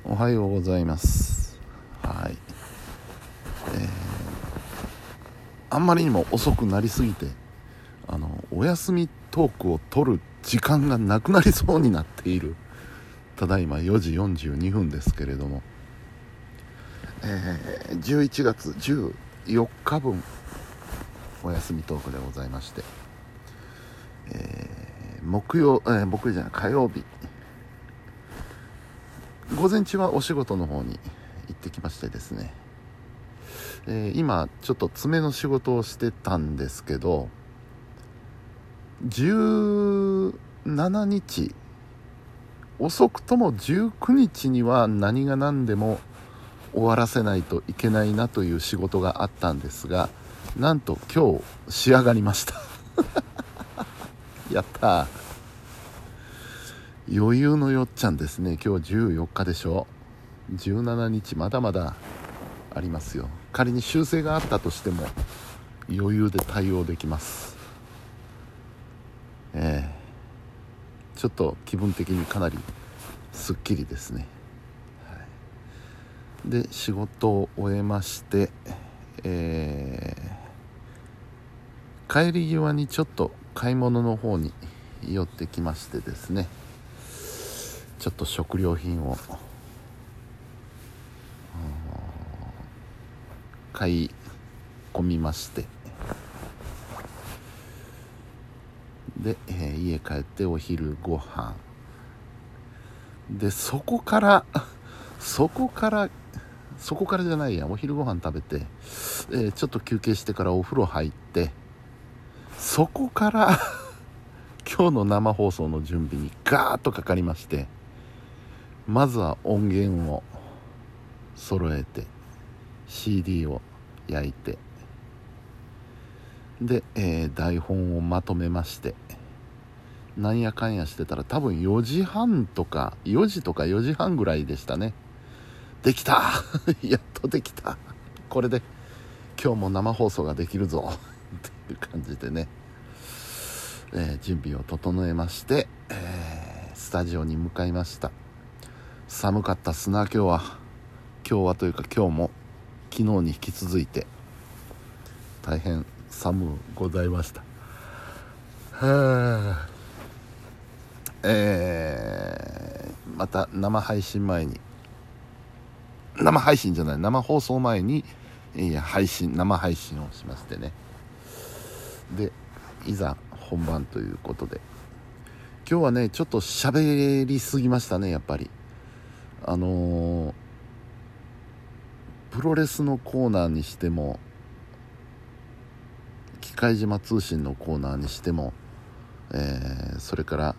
おはようございます。はい、あんまりにも遅くなりすぎてお休みトークを取る時間がなくなりそうになっているただいま4時42分ですけれども、11月14日分お休みトークでございまして、火曜日午前中はお仕事の方に行ってきましてですね、今ちょっと爪の仕事をしてたんですけど、17日遅くとも19日には何が何でも終わらせないといけないなという仕事があったんですが、なんと今日仕上がりましたやったー、余裕のよっちゃんですね。今日14日でしょ。17日まだまだありますよ。仮に修正があったとしても余裕で対応できます。ちょっと気分的にかなりすっきりですね。で仕事を終えまして、帰り際にちょっと買い物の方に寄ってきましてですね、ちょっと食料品を買い込みまして、で、家帰ってお昼ご飯で、そこからじゃないや、お昼ご飯食べて、ちょっと休憩してからお風呂入って、そこから今日の生放送の準備にガーッとかかりまして、まずは音源を揃えて CD を焼いて、で、台本をまとめまして、なんやかんやしてたら多分4時とか4時半ぐらいでしたね。できたやっとできた、これで今日も生放送ができるぞっていう感じでね、準備を整えまして、スタジオに向かいました。寒かったっすな今日はというか今日も昨日に引き続いて大変寒うございました。また生放送前に生配信をしましてね、でいざ本番ということで、今日はねちょっと喋りすぎましたね。やっぱりプロレスのコーナーにしても機械島通信のコーナーにしても、それから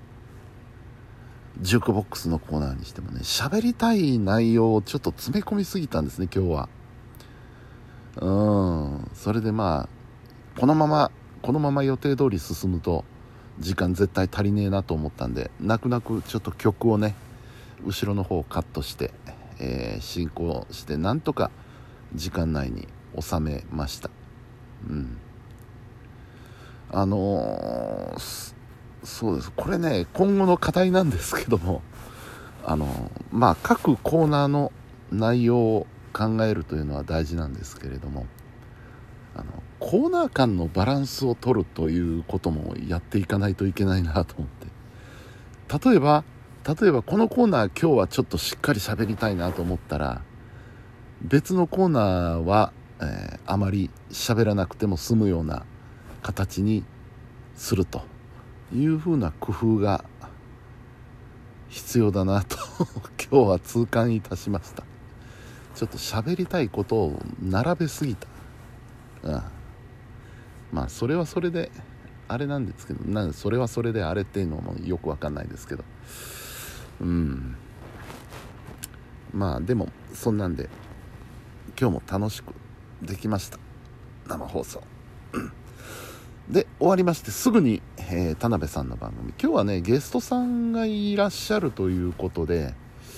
ジュークボックスのコーナーにしてもね、喋りたい内容をちょっと詰め込みすぎたんですね今日は。それでまあこのまま予定通り進むと時間絶対足りねえなと思ったんで、泣く泣くちょっと曲をね後ろの方をカットして、進行してなんとか時間内に収めました。そうです。これね今後の課題なんですけども、各コーナーの内容を考えるというのは大事なんですけれども、コーナー間のバランスを取るということもやっていかないといけないなと思って、例えばこのコーナー今日はちょっとしっかり喋りたいなと思ったら、別のコーナーは、あまり喋らなくても済むような形にするというふうな工夫が必要だなと今日は痛感いたしました。ちょっと喋りたいことを並べすぎた。それはそれであれなんですけど、それはそれであれっていうのもよくわかんないですけど、でもそんなんで今日も楽しくできました、生放送で終わりましてすぐに、田辺さんの番組、今日はねゲストさんがいらっしゃるということで、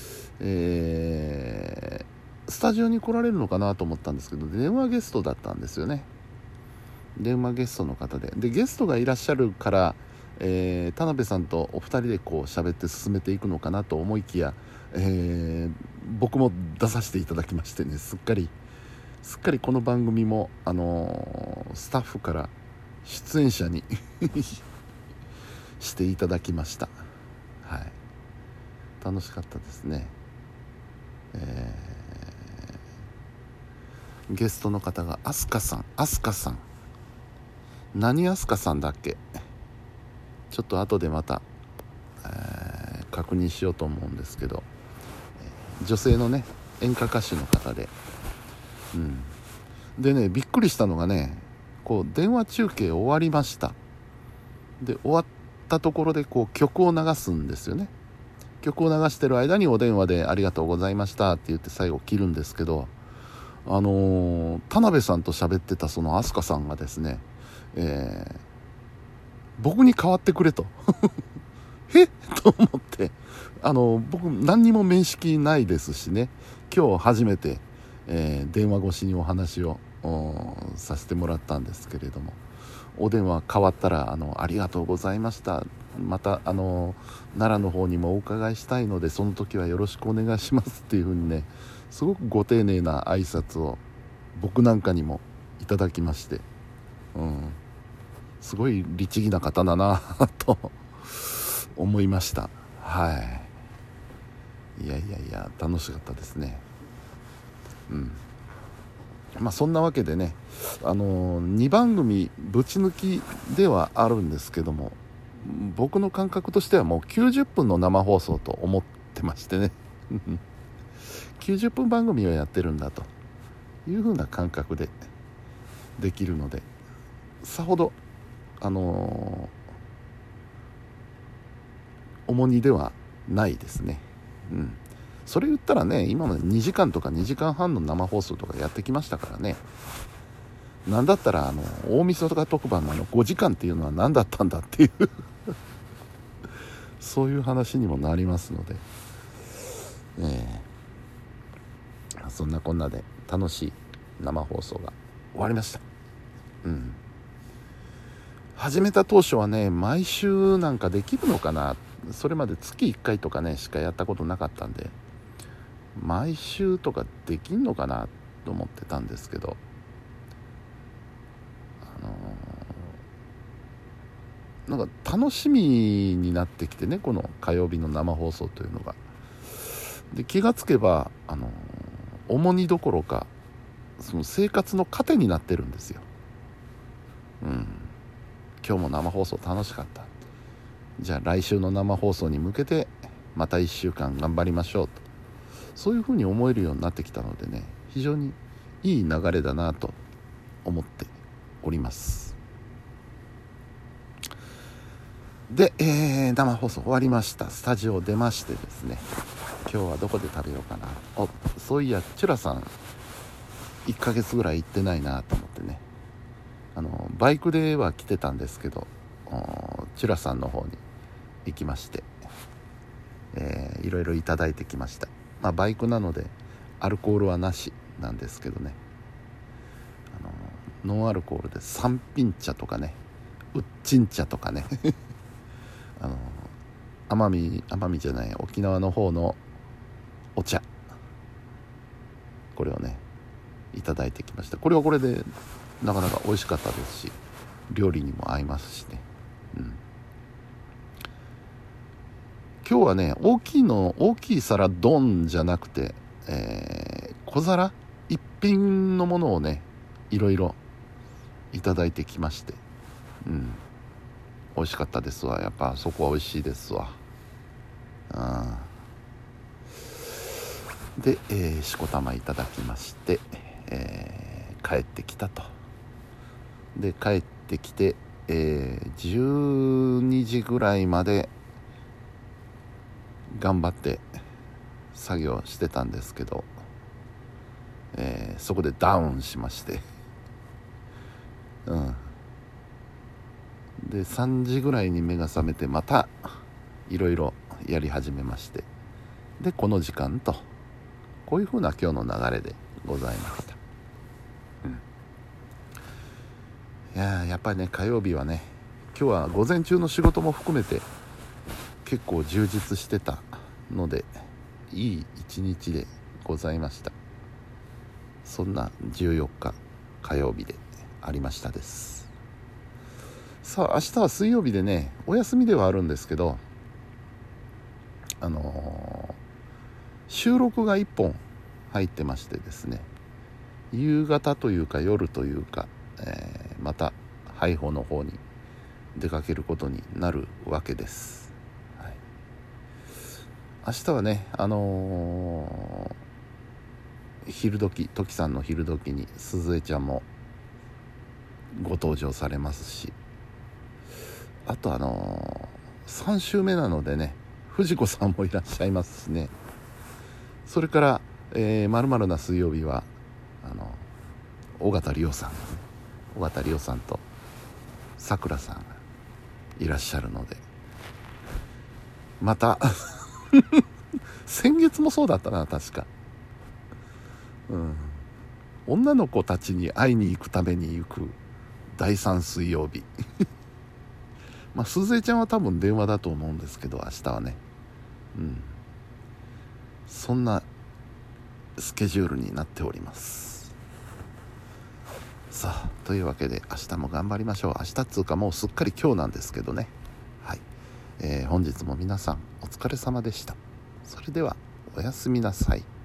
スタジオに来られるのかなと思ったんですけど、電話ゲストだったんですよね。電話ゲストの方でゲストがいらっしゃるから、田辺さんとお二人でこう喋って進めていくのかなと思いきや、 僕も出させていただきましてね、すっかりこの番組もスタッフから出演者にしていただきました。はい、楽しかったですね。ゲストの方がアスカさん何アスカさんだっけ、ちょっと後でまた、確認しようと思うんですけど、女性のね演歌歌手の方で、でね、びっくりしたのがね、こう電話中継終わりました。で終わったところでこう曲を流すんですよね。曲を流してる間にお電話でありがとうございましたって言って最後切るんですけど、田辺さんと喋ってたその飛鳥さんがですね、僕に代わってくれとえと思って、僕何にも面識ないですしね、今日初めて、電話越しにお話をさせてもらったんですけれども、お電話変わったらありがとうございました、また奈良の方にもお伺いしたいのでその時はよろしくお願いしますっていう風にね、すごくご丁寧な挨拶を僕なんかにもいただきまして、すごい律儀な方だなと思いました。はい、いや楽しかったですね。そんなわけでね、2番組ぶち抜きではあるんですけども、僕の感覚としてはもう90分の生放送と思ってましてね90分番組をやってるんだという風な感覚でできるので、さほど重荷ではないですね。それ言ったらね、今まで2時間とか2時間半の生放送とかやってきましたからね。なんだったら大晦日特番の5時間っていうのは何だったんだっていうそういう話にもなりますので、そんなこんなで楽しい生放送が終わりました。始めた当初はね、毎週なんかできるのかな、それまで月1回とかねしかやったことなかったんで、毎週とかできんのかなと思ってたんですけど、なんか楽しみになってきてね、この火曜日の生放送というのが。で気がつけば重荷どころかその生活の糧になってるんですよ。今日も生放送楽しかった、じゃあ来週の生放送に向けてまた1週間頑張りましょうと、そういうふうに思えるようになってきたのでね、非常にいい流れだなと思っております。で、生放送終わりました。スタジオを出ましてですね、今日はどこで食べようかな、そういやチュラさん1ヶ月ぐらい行ってないなと思ってね、バイクでは来てたんですけど、チュラさんの方に行きまして、いろいろいただいてきました。バイクなのでアルコールはなしなんですけどね、ノンアルコールで三品茶とかね、うっちん茶とかね奄美じゃない、沖縄の方のお茶、これをねいただいてきました。これはこれでなかなか美味しかったですし、料理にも合いますしね。今日はね、大きい皿ドンじゃなくて、小皿一品のものをねいろいろいただいてきまして、美味しかったですわ。やっぱそこは美味しいですわ。で、しこたまいただきまして、帰ってきたと。で帰ってきて、12時ぐらいまで頑張って作業してたんですけど、そこでダウンしましてで3時ぐらいに目が覚めてまたいろいろやり始めまして、でこの時間と、こういう風な今日の流れでございました。やっぱりね、火曜日はね、今日は午前中の仕事も含めて結構充実してたのでいい一日でございました。そんな14日火曜日でありましたです。さあ明日は水曜日でね、お休みではあるんですけど、収録が1本入ってましてですね、夕方というか夜というか、また廃歩の方に出かけることになるわけです。はい、明日はね、昼時、トキさんの昼時に鈴江ちゃんもご登場されますし、あと3週目なのでね、藤子さんもいらっしゃいますしね。それから、まるまるな水曜日は尾形里夫さんとさくらさんがいらっしゃるので、また先月もそうだったな、確か。女の子たちに会いに行くために行く第3水曜日まあ鈴江ちゃんは多分電話だと思うんですけど、明日はね、そんなスケジュールになっております。さあというわけで明日も頑張りましょう。明日っつうかもうすっかり今日なんですけどね。はい、本日も皆さんお疲れ様でした。それではおやすみなさい。